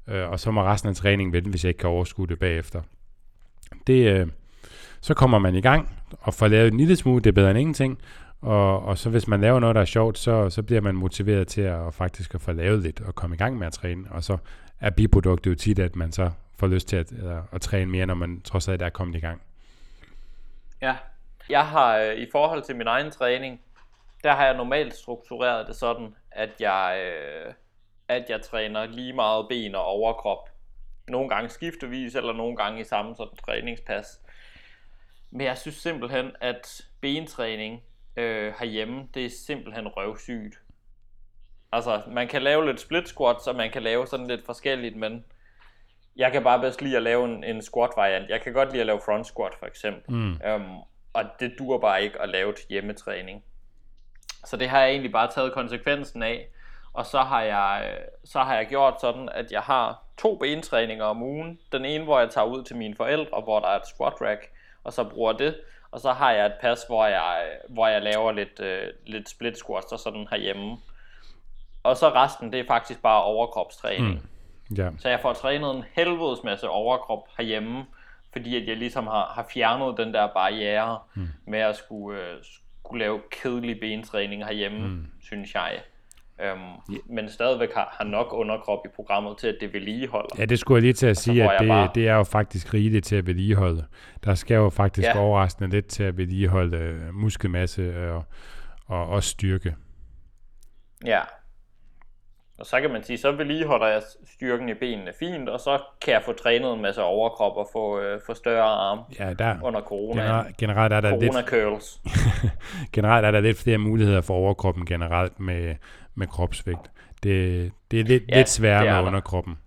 øh, og så må resten af træningen vente, hvis jeg ikke kan overskue det bagefter. Det, øh, så kommer man i gang og får lavet en lille smule, det er bedre end ingenting, og, og så hvis man laver noget, der er sjovt, så, så bliver man motiveret til at faktisk at få lavet lidt og komme i gang med at træne, og så er biproduktet jo tit, at man så får lyst til at, at, at træne mere, når man trods alt er kommet i gang. Ja, jeg har øh, i forhold til min egen træning, der har jeg normalt struktureret det sådan, at jeg, øh, at jeg træner lige meget ben og overkrop. Nogle gange skiftevis, eller nogle gange i samme sådan træningspas. Men jeg synes simpelthen, at bentræning øh, herhjemme, det er simpelthen røvsygt. Altså, man kan lave lidt split squats, og man kan lave sådan lidt forskelligt, men jeg kan bare bedst lide at lave en, en squat variant. Jeg kan godt lide at lave front squat for eksempel. Mm. Um, og det duer bare ikke at lave til hjemmetræning. Så det har jeg egentlig bare taget konsekvensen af. Og så har jeg, så har jeg gjort sådan, at jeg har to bentræninger om ugen. Den ene, hvor jeg tager ud til mine forældre, hvor der er et squat rack, og så bruger det. Og så har jeg et pas, hvor jeg, hvor jeg laver lidt, øh, lidt split squats og sådan herhjemme. Og så resten, det er faktisk bare overkropstræning. Mm. Yeah. Så jeg får trænet en helvedes masse overkrop herhjemme, fordi at jeg ligesom har, har fjernet den der barriere mm. med at skulle, øh, skulle lave kedelig bentræning herhjemme, mm. synes jeg. Um, yeah. Men stadigvæk har, har nok underkrop i programmet til, at det vedligeholder. Ja, det skulle jeg lige til at sige, at det, bare... det er jo faktisk rigeligt til at vedligeholde. Der skal jo faktisk ja. overraskende lidt til at vedligeholde øh, muskelmasse og, og også styrke. Ja. Og så kan man sige, så vedligeholder jeg styrken i benene fint, og så kan jeg få trænet en masse overkrop og få, øh, få større arme ja, der, under corona. Generelt, generelt er der corona lidt, curls. generelt er der lidt flere muligheder for overkroppen generelt med, med kropsvægt. Det, det er lidt, ja, lidt sværere med der. underkroppen.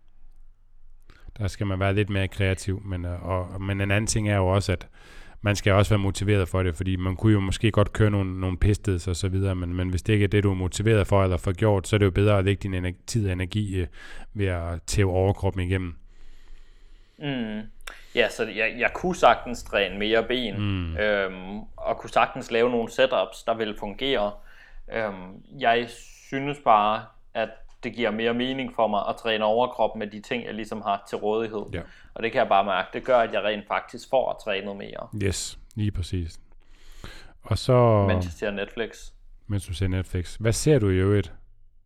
Der skal man være lidt mere kreativ, men, og, men en anden ting er jo også, at man skal også være motiveret for det, fordi man kunne jo måske godt køre nogle, nogle pisteds og så videre, men, men hvis det ikke er det, du er motiveret for eller får gjort, så er det jo bedre at lægge din energi, tid og energi øh, ved at tæve overkroppen igennem. Mm. Ja, så jeg, jeg kunne sagtens træne mere ben, mm. øhm, og kunne sagtens lave nogle setups, der ville fungere. Øhm, jeg synes bare, at det giver mere mening for mig at træne overkrop med de ting, jeg ligesom har til rådighed. Ja. Og det kan jeg bare mærke. Det gør, at jeg rent faktisk får at træne mere. Yes, lige præcis. Og så... Mens jeg ser Netflix. Mens du ser Netflix. Hvad ser du i øvrigt?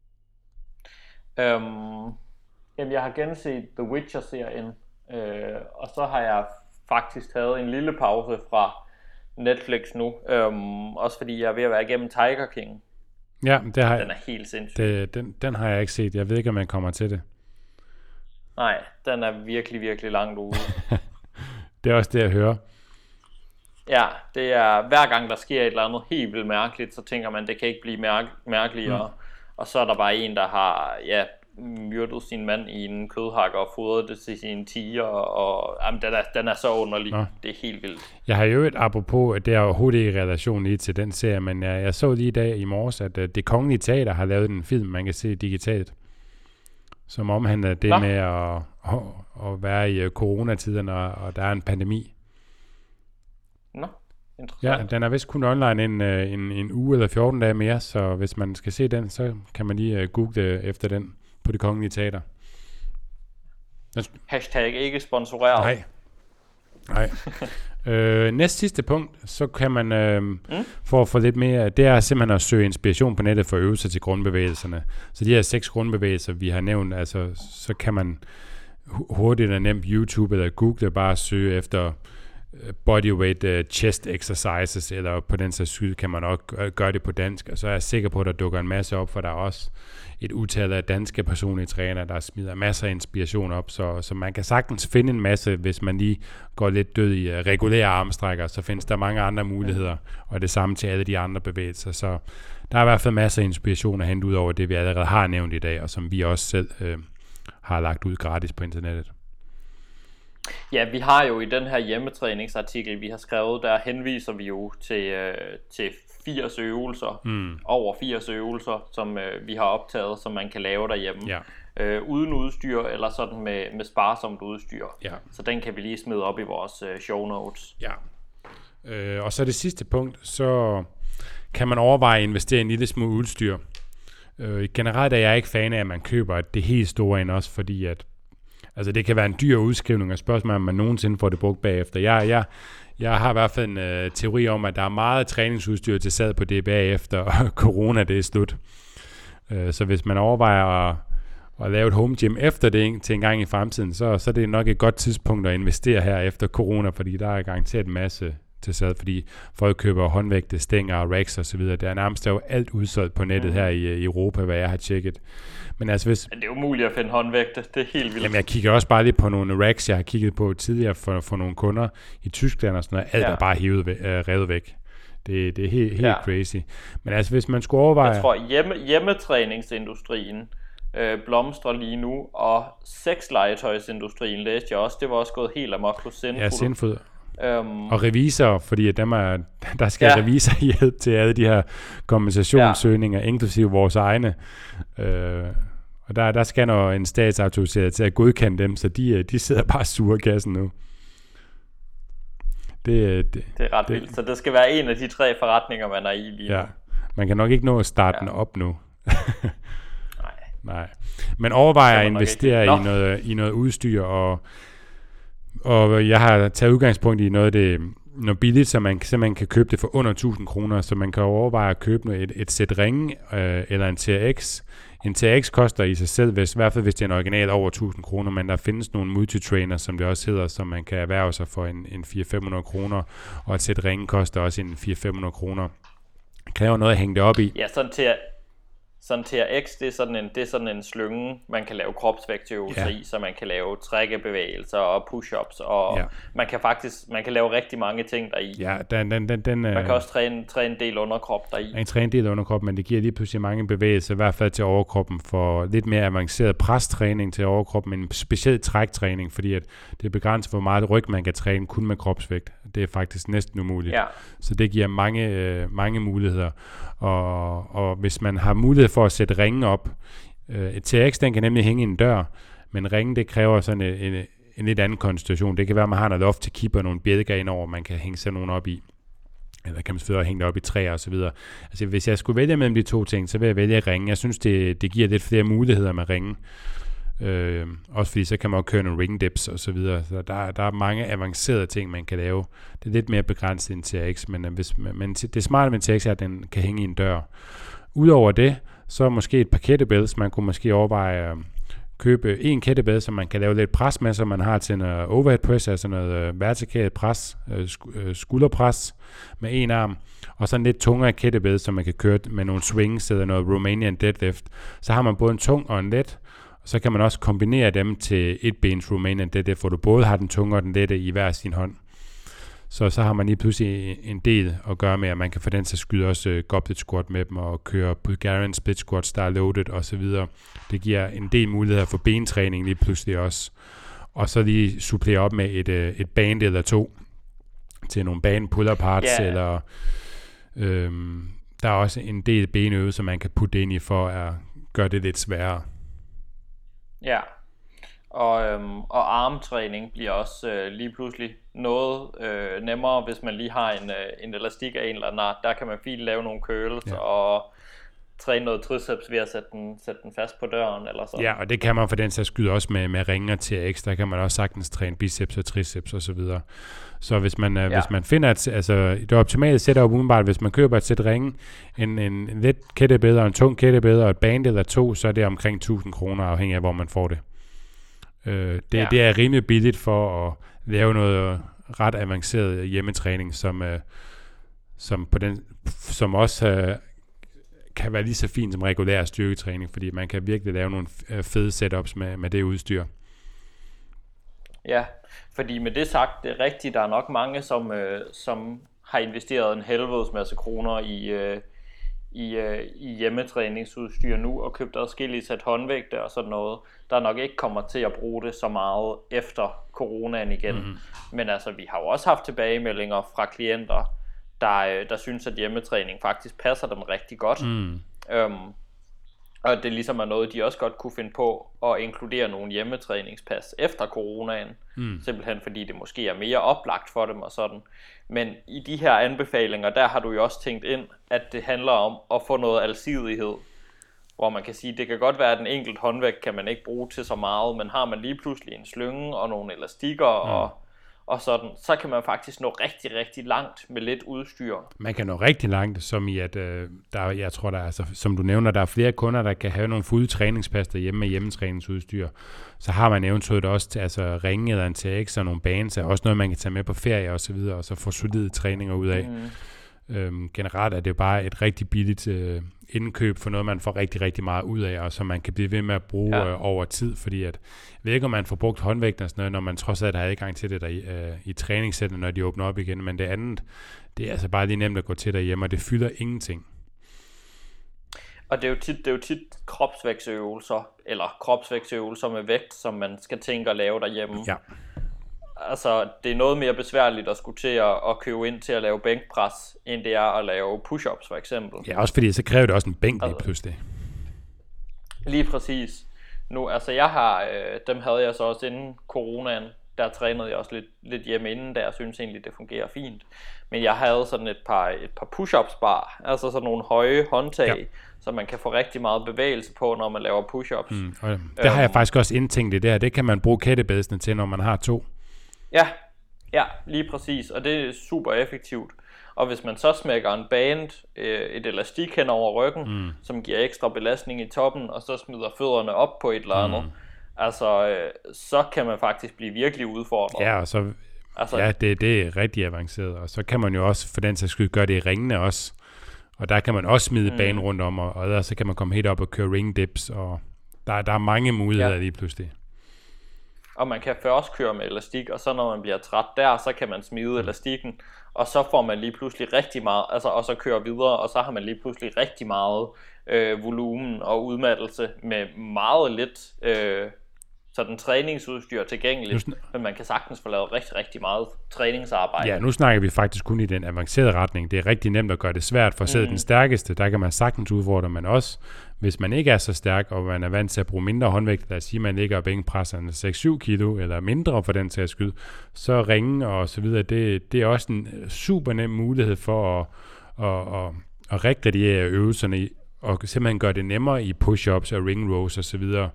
Øhm, jamen, jeg har genset The Witcher-serien. Øh, og så har jeg faktisk taget en lille pause fra Netflix nu. Øhm, også fordi jeg er ved at være igennem Tiger King. Ja, det har den er helt sindssyg. Det, den, den har jeg ikke set. Jeg ved ikke, om man kommer til det. Nej, den er virkelig, virkelig langt ude. Det er også det, jeg hører. Ja, det er hver gang der sker et eller andet helt vildt mærkeligt, så tænker man, det kan ikke blive mærk- mærkeligere. Mm. Og så er der bare en, der har ja, myrdet sin mand i en kødhakker og fodret det til sine tiger. Og jamen, den, er, den er så underlig. Nå. Det er helt vildt. Jeg har jo et apropos, det er overhovedet ikke i relation lige til den serie, men jeg, jeg så lige i dag i morges, at uh, Det Kongelige Teater har lavet en film, man kan se digitalt, som omhandler det Nå. med at, at, at være i uh, coronatiden, og, og der er en pandemi. Nå, interessant. Ja, den er vist kun online en, en, en uge eller fjorten dage mere, så hvis man skal se den, så kan man lige uh, google efter den på Det Kongelige Teater. Hashtag ikke sponsoreret. Nej. Nej. øh, næste sidste punkt, så kan man øh, mm. for at få lidt mere, det er simpelthen at søge inspiration på nettet for at øve sig til grundbevægelserne. Så de her seks grundbevægelser, vi har nævnt, altså, så kan man hurtigt og nemt YouTube eller Google bare søge efter bodyweight uh, chest exercises, eller på den sags skyld kan man også gøre det på dansk, og så er jeg sikker på, at der dukker en masse op, for der er også et utal af danske personlige trænere, der smider masser af inspiration op, så, så man kan sagtens finde en masse, hvis man lige går lidt død i uh, regulære armstrækker, så findes der mange andre muligheder, og det samme til alle de andre bevægelser, så der er i hvert fald masser af inspiration at hente ud over det, vi allerede har nævnt i dag, og som vi også selv uh, har lagt ud gratis på internettet. Ja, vi har jo i den her hjemmetræningsartikel, vi har skrevet, der henviser vi jo til, øh, til firs øvelser, mm. over firs øvelser, som øh, vi har optaget, som man kan lave derhjemme, ja. øh, uden udstyr, eller sådan med, med sparsomt udstyr. Ja. Så den kan vi lige smide op i vores øh, show notes. Ja. Øh, og så det sidste punkt, så kan man overveje at investere i en lille smule udstyr. Øh, generelt er jeg ikke fan af, at man køber det helt store ind også, fordi at altså det kan være en dyr udskrivning, og spørgsmålet om man nogensinde får det brugt bagefter. Jeg, jeg, jeg har i hvert fald en øh, teori om, at der er meget træningsudstyr til salg på det bagefter, og corona det er slut. Øh, så hvis man overvejer at, at lave et home gym efter det til en gang i fremtiden, så, så er det nok et godt tidspunkt at investere her efter corona, fordi der er garanteret en masse til salg, fordi folk køber håndvægte, stænger, racks og så videre. Der er nærmest jo alt udsolgt på nettet mm. her i, i Europa, hvad jeg har tjekket. Men altså hvis... Det er umuligt at finde håndvægte, det er helt vildt. Jamen jeg kigger også bare lidt på nogle racks, jeg har kigget på tidligere for, for nogle kunder i Tyskland og sådan noget. Alt ja. er bare hævet, øh, revet væk. Det, det er helt, helt ja. crazy. Men altså hvis man skulle overveje... Jeg tror hjemme, hjemmetræningsindustrien øh, blomstrer lige nu, og sexlegetøjsindustrien læste jeg også, det var også gået helt amok hos Sinful. Ja, Sinful. Um, og revisorer, fordi dem er, der skal ja. revisor hjælp til alle de her kompensationssøgninger, ja. inklusive vores egne. Øh, og der, der skal noget en statsautoriseret til at godkende dem, så de, de sidder bare sure i kassen nu. Det, det, det er ret det, vildt, så det skal være en af de tre forretninger, man er i lige ja. nu. Man kan nok ikke nå at starte ja. den op nu. Nej. Nej. Men overvejer at investere i noget, i noget udstyr, og Og jeg har taget udgangspunkt i noget af det, noget billigt, så man simpelthen kan købe det for under tusind kroner, så man kan overveje at købe et, et sæt ringe øh, eller en T R X. En T R X koster i sig selv, hvis, i hvert fald hvis det er en original, over tusind kroner, men der findes nogle multitrainer, som det også hedder, som man kan erhverve sig for en, en fire til fem hundrede kroner, og et sæt ringe koster også en fire til fem hundrede kroner. Det kræver noget at hænge det op i. Ja, sådan til Sådan T R X, det er sådan en, det er sådan en slynge, man kan lave kropsvægtøvelser ja. i, så man kan lave trækkebevægelser og push-ups, og ja. man kan faktisk, man kan lave rigtig mange ting deri. Ja, den, den, den, den, man kan også træne, træne en del underkrop deri. Man kan træne en del underkrop, men det giver lige pludselig mange bevægelser, i hvert fald til overkroppen, for lidt mere avanceret prestræning til overkroppen, men specielt træktræning, fordi at det er begrænset, hvor meget ryg man kan træne kun med kropsvægt. Det er faktisk næsten umuligt. Ja. Så det giver mange, øh, mange muligheder. Og, og hvis man har mulighed for at sætte ringen op, øh, et T R X, den kan nemlig hænge i en dør, men ringen, det kræver sådan en, en, en lidt anden konstellation. Det kan være, at man har noget loft til kipper, nogle bjælker indover, man kan hænge sådan nogle op i. Eller kan man selvfølgelig hænge det op i træer og så videre. Altså hvis jeg skulle vælge mellem de to ting, så vil jeg vælge ringen. Jeg synes, det, det giver lidt flere muligheder med ringen. Øh, også fordi så kan man jo køre nogle ring dips og så videre, så der, der er mange avancerede ting man kan lave. Det er lidt mere begrænset end T R X, men, hvis, men det smarte med T R X er, at den kan hænge i en dør. Udover det, så er måske et par kettlebells. Man kunne måske overveje at købe en kettlebell, som man kan lave lidt pres med, så man har til noget overhead press, altså noget vertikalt pres, skulderpres med en arm, og så en lidt tungere kettlebell, som man kan køre med nogle swings eller noget Romanian deadlift. Så har man både en tung og en let, så kan man også kombinere dem til et bens Romanian deadlift, hvor du både har den tunge og den lette i hver sin hånd. Så så har man lige pludselig en del at gøre med, at man kan for den til skyde også uh, goblet squat med dem, og køre Bulgarian split squats, der er loaded og så videre. Det giver en del muligheder for bentræning lige pludselig også. Og så lige supplere op med et, uh, et band eller to til nogle band pull parts, yeah. eller øhm, der er også en del benøvelser, man kan putte ind i for at gøre det lidt sværere. Ja, og, øhm, og armtræning bliver også øh, lige pludselig noget øh, nemmere, hvis man lige har en, øh, en elastik af en eller anden art. Der kan man fint lave nogle curls ja. og træne noget triceps ved at sætte den, sætte den fast på døren eller sådan. Ja, og det kan man for den sags skyld også med, med ringer til ekstra. Der kan man også sagtens træne biceps og triceps og så videre. Så hvis man, ja. hvis man finder, at altså, det optimale setup umiddelbart, hvis man køber et sæt ringe, en, en, en let kettlebell og en tung kettlebell og et band eller to, så er det omkring tusind kroner, afhængig af hvor man får det. Øh, det, ja. det er rimelig billigt for at lave noget ret avanceret hjemmetræning, som, øh, som, på den, som også øh, kan være lige så fint som regulær styrketræning, fordi man kan virkelig lave nogle fede setups med, med det udstyr. Ja, fordi med det sagt, det er rigtigt, der er nok mange, som, øh, som har investeret en helvedes masse kroner i, øh, i, øh, i hjemmetræningsudstyr nu, og købt adskillige sæt håndvægte og sådan noget, der nok ikke kommer til at bruge det så meget efter coronaen igen. Mm-hmm. Men altså, vi har jo også haft tilbagemeldinger fra klienter, der, der synes, at hjemmetræning faktisk passer dem rigtig godt. Mm. Øhm, og det ligesom er noget, de også godt kunne finde på at inkludere nogle hjemmetræningspas efter coronaen. Mm. Simpelthen fordi det måske er mere oplagt for dem og sådan. Men i de her anbefalinger, der har du jo også tænkt ind, at det handler om at få noget alsidighed. hvor man kan sige, det kan godt være, at en enkelt håndvægt kan man ikke bruge til så meget, men har man lige pludselig en slynge og nogle elastikker mm. og, og sådan, så kan man faktisk nå rigtig, rigtig langt med lidt udstyr. Man kan nå rigtig langt, som i at, øh, der, jeg tror, der er, altså, som du nævner, der er flere kunder, der kan have nogle fulde træningspas derhjemme med hjemmetræningsudstyr. Så har man eventuelt også til, altså, ringe eller en T X og nogle baner, også noget, man kan tage med på ferie og så videre, og så få solide træninger ud af. Mm. Øhm, generelt er det jo bare et rigtig billigt øh, indkøb for noget, man får rigtig, rigtig meget ud af, og som man kan blive ved med at bruge ja. øh, over tid, fordi at, jeg ved ikke, om man får brugt håndvægten og sådan noget, når man trods alt har adgang til det der i, øh, i træningssættet, når de åbner op igen, men det andet, det er altså bare lige nemt at gå til derhjemme, og det fylder ingenting. Og det er jo tit, det er jo tit kropsvægtsøvelser, eller kropsvægtsøvelser med vægt, som man skal tænke at lave derhjemme. Ja. Altså, det er noget mere besværligt at skulle til at, at købe ind til at lave bænkpres, end det er at lave push-ups for eksempel. Ja, også fordi så kræver det også en bænk lige pludselig. Lige præcis. Nu, altså jeg har, øh, dem havde jeg så også inden coronaen, der trænede jeg også lidt, lidt hjemme inden, der jeg synes egentlig, det fungerer fint. Men jeg havde sådan et par, et par push-ups bar, altså sådan nogle høje håndtag, ja. Så man kan få rigtig meget bevægelse på, når man laver push-ups. Mm, og det øhm, har jeg faktisk også indtænkt i det her. Det kan man bruge kættebædsene til, når man har to. Ja, ja, lige præcis, og det er super effektivt. Og hvis man så smækker en band, øh, et elastik hen over ryggen, mm. som giver ekstra belastning i toppen, og så smider fødderne op på et eller andet, mm. altså, øh, så kan man faktisk blive virkelig udfordret. Ja, og så, altså, ja det, det er rigtig avanceret, og så kan man jo også for den sags skyld gøre det i ringene også, og der kan man også smide mm. banen rundt om, og, og så kan man komme helt op og køre ring dips, og der, der er mange muligheder ja. Lige pludselig. Og man kan først køre med elastik, og så når man bliver træt der, så kan man smide elastikken, og så får man lige pludselig rigtig meget, altså og så kører videre, og så har man lige pludselig rigtig meget øh, volumen og udmattelse med meget lidt øh, sådan træningsudstyr tilgængeligt, men man kan sagtens få lavet rigtig, rigtig meget træningsarbejde. Ja, nu snakker vi faktisk kun i den avancerede retning. Det er rigtig nemt at gøre det svært, for selv mm. den stærkeste, der kan man sagtens udfordre, men også hvis man ikke er så stærk, og man er vant til at bruge mindre håndvægt, lad os sige, at man ligger og bænkpresser seks syv kilo, eller mindre for den sags skyld, så ringe og så videre, det, det er også en super nem mulighed for at, at, at, at regrediere øvelserne, og simpelthen gøre det nemmere i push-ups og ring rows og så videre.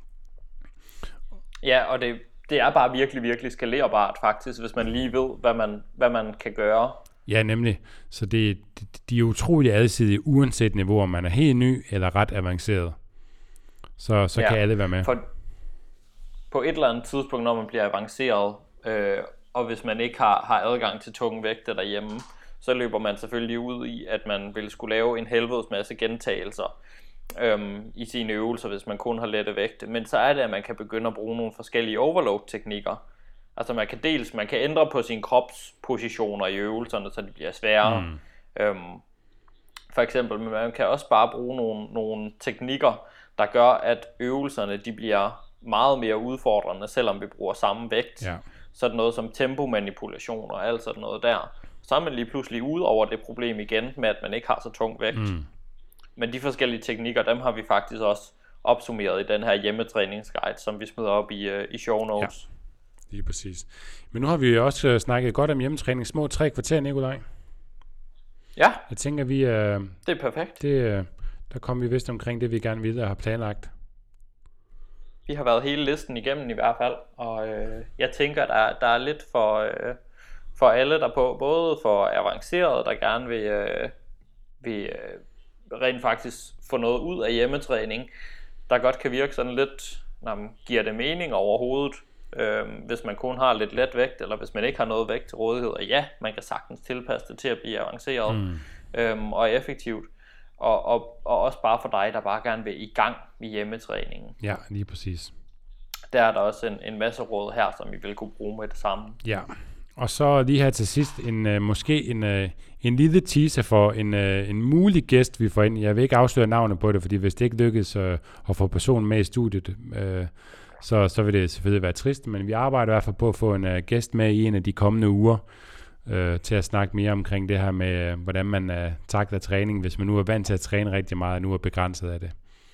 Ja, og det, det er bare virkelig, virkelig skalerbart faktisk, hvis man lige ved, hvad man, hvad man kan gøre. Ja, nemlig. Så det, de, de er utrolig adsidige, uanset niveau, om man er helt ny eller ret avanceret. Så, så ja, kan alle være med. For på et eller andet tidspunkt, når man bliver avanceret, øh, og hvis man ikke har, har adgang til tunge vægte derhjemme, så løber man selvfølgelig ud i, at man vil skulle lave en helvedes masse gentagelser øhm, i sine øvelser, hvis man kun har lette vægte. Men så er det, at man kan begynde at bruge nogle forskellige overload-teknikker. Altså man kan dels, man kan ændre på sine kropspositioner i øvelserne, så det bliver sværere. Mm. Øhm, for eksempel, men man kan også bare bruge nogle, nogle teknikker, der gør, at øvelserne de bliver meget mere udfordrende, selvom vi bruger samme vægt. Ja. Sådan noget som tempomanipulation og alt sådan noget der. Så er man lige pludselig ude over det problem igen med, at man ikke har så tung vægt. Mm. Men de forskellige teknikker, dem har vi faktisk også opsummeret i den her hjemmetræningsguide, som vi smider op i, uh, i show notes. Ja, lige præcis. Men nu har vi jo også uh, snakket godt om hjemmetræning. Små tre kvarter, Nikolaj. Ja. Jeg tænker, vi... Uh, det er perfekt. Det, uh, der kommer vi vist omkring det, vi gerne vil og har planlagt. Vi har været hele listen igennem i hvert fald, og øh, jeg tænker, der, der er lidt for, øh, for alle der på, både for avancerede, der gerne vil, øh, vil øh, rent faktisk få noget ud af hjemmetræning, der godt kan virke sådan lidt, når man giver det mening overhovedet, øh, hvis man kun har lidt let vægt, eller hvis man ikke har noget vægt til rådighed, og ja, man kan sagtens tilpasse det til at blive avanceret mm. øh, og effektivt. Og, og, og også bare for dig, der bare gerne vil i gang med hjemmetræningen. Ja, lige præcis. Der er der også en, en masse råd her, som I vil kunne bruge med det samme. Ja, og så lige her til sidst, en, uh, måske en, uh, en lille teaser for en, uh, en mulig gæst, vi får ind. Jeg vil ikke afsløre navnet på det, fordi hvis det ikke lykkes uh, at få personen med i studiet, uh, så, så vil det selvfølgelig være trist. Men vi arbejder i hvert fald på at få en uh, gæst med i en af de kommende uger, Øh, til at snakke mere omkring det her med, øh, hvordan man øh, takler træning, hvis man nu er vant til at træne rigtig meget, og nu er begrænset af det.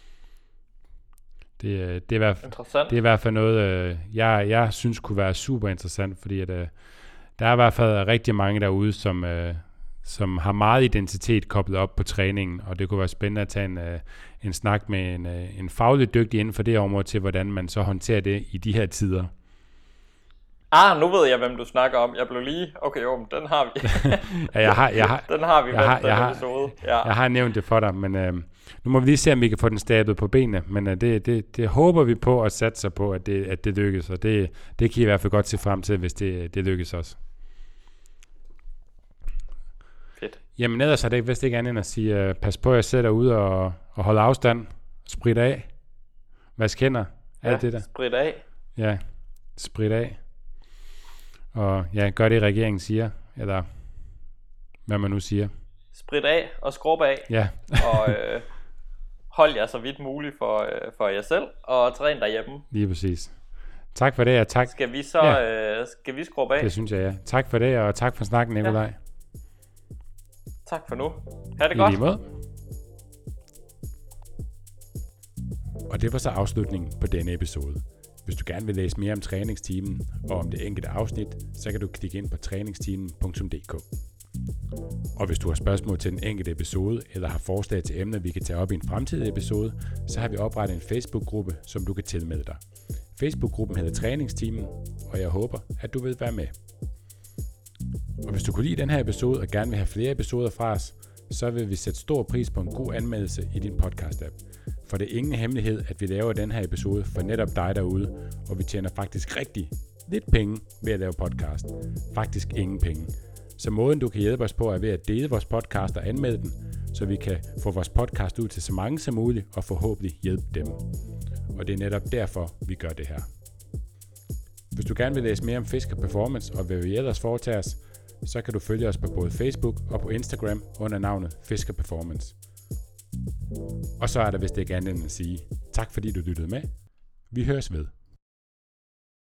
Det, øh, det, er, i hvert fald, det er i hvert fald noget, øh, jeg, jeg synes kunne være super interessant, fordi at, øh, der er i hvert fald rigtig mange derude, som, øh, som har meget identitet koblet op på træningen, og det kunne være spændende at tage en, uh, en snak med en, uh, en faglig dygtig inden for det område til, hvordan man så håndterer det i de her tider. Ah, nu ved jeg, hvem du snakker om. Jeg blev lige... Okay, jo, den har vi. ja, jeg har, jeg har, den har vi jeg har, den jeg har, episode. Ja. Jeg har nævnt det for dig, men uh, nu må vi lige se, om vi kan få den stablet på benene. Men uh, det, det, det håber vi på og satser på, at det, at det lykkes. Og det, det kan I i hvert fald godt se frem til, hvis det, det lykkes også. Fedt. Jamen ellers er det vist ikke andet end at sige, uh, pas på, at jeg sidder derude og, og holder afstand. Sprit af. Vask hænder. Alt Ja, det der. sprit af. Ja, sprit af. Og ja, gør det regeringen siger, eller hvad man nu siger. Sprit af og skrub af. Ja. og øh, hold jer så vidt muligt for, øh, for jer selv, og træn derhjemme. Lige præcis. Tak for det, og tak. Skal vi så ja. øh, skal vi skrubbe af? Det synes jeg, ja. Tak for det, og tak for snakken, Nikolaj. Ja. Tak for nu. Ha' det I godt. lige måde. Og det var så afslutningen på denne episode. Hvis du gerne vil læse mere om træningsteamen og om det enkelte afsnit, så kan du klikke ind på træningsteamen punktum d k. Og hvis du har spørgsmål til den enkelte episode, eller har forslag til emner, vi kan tage op i en fremtidig episode, så har vi oprettet en Facebook-gruppe, som du kan tilmelde dig. Facebook-gruppen hedder Træningsteamen, og jeg håber, at du vil være med. Og hvis du kunne lide den her episode og gerne vil have flere episoder fra os, så vil vi sætte stor pris på en god anmeldelse i din podcast-app. For det er ingen hemmelighed, at vi laver den her episode for netop dig derude, og vi tjener faktisk rigtig lidt penge ved at lave podcast. Faktisk ingen penge. Så måden du kan hjælpe os på er ved at dele vores podcast og anmelde den, så vi kan få vores podcast ud til så mange som muligt og forhåbentlig hjælpe dem. Og det er netop derfor, vi gør det her. Hvis du gerne vil læse mere om Fisker Performance og hvad vi ellers foretager os, så kan du følge os på både Facebook og på Instagram under navnet Fisker Performance. Og så er der vist ikke andet end at sige tak fordi du lyttede med. Vi høres ved.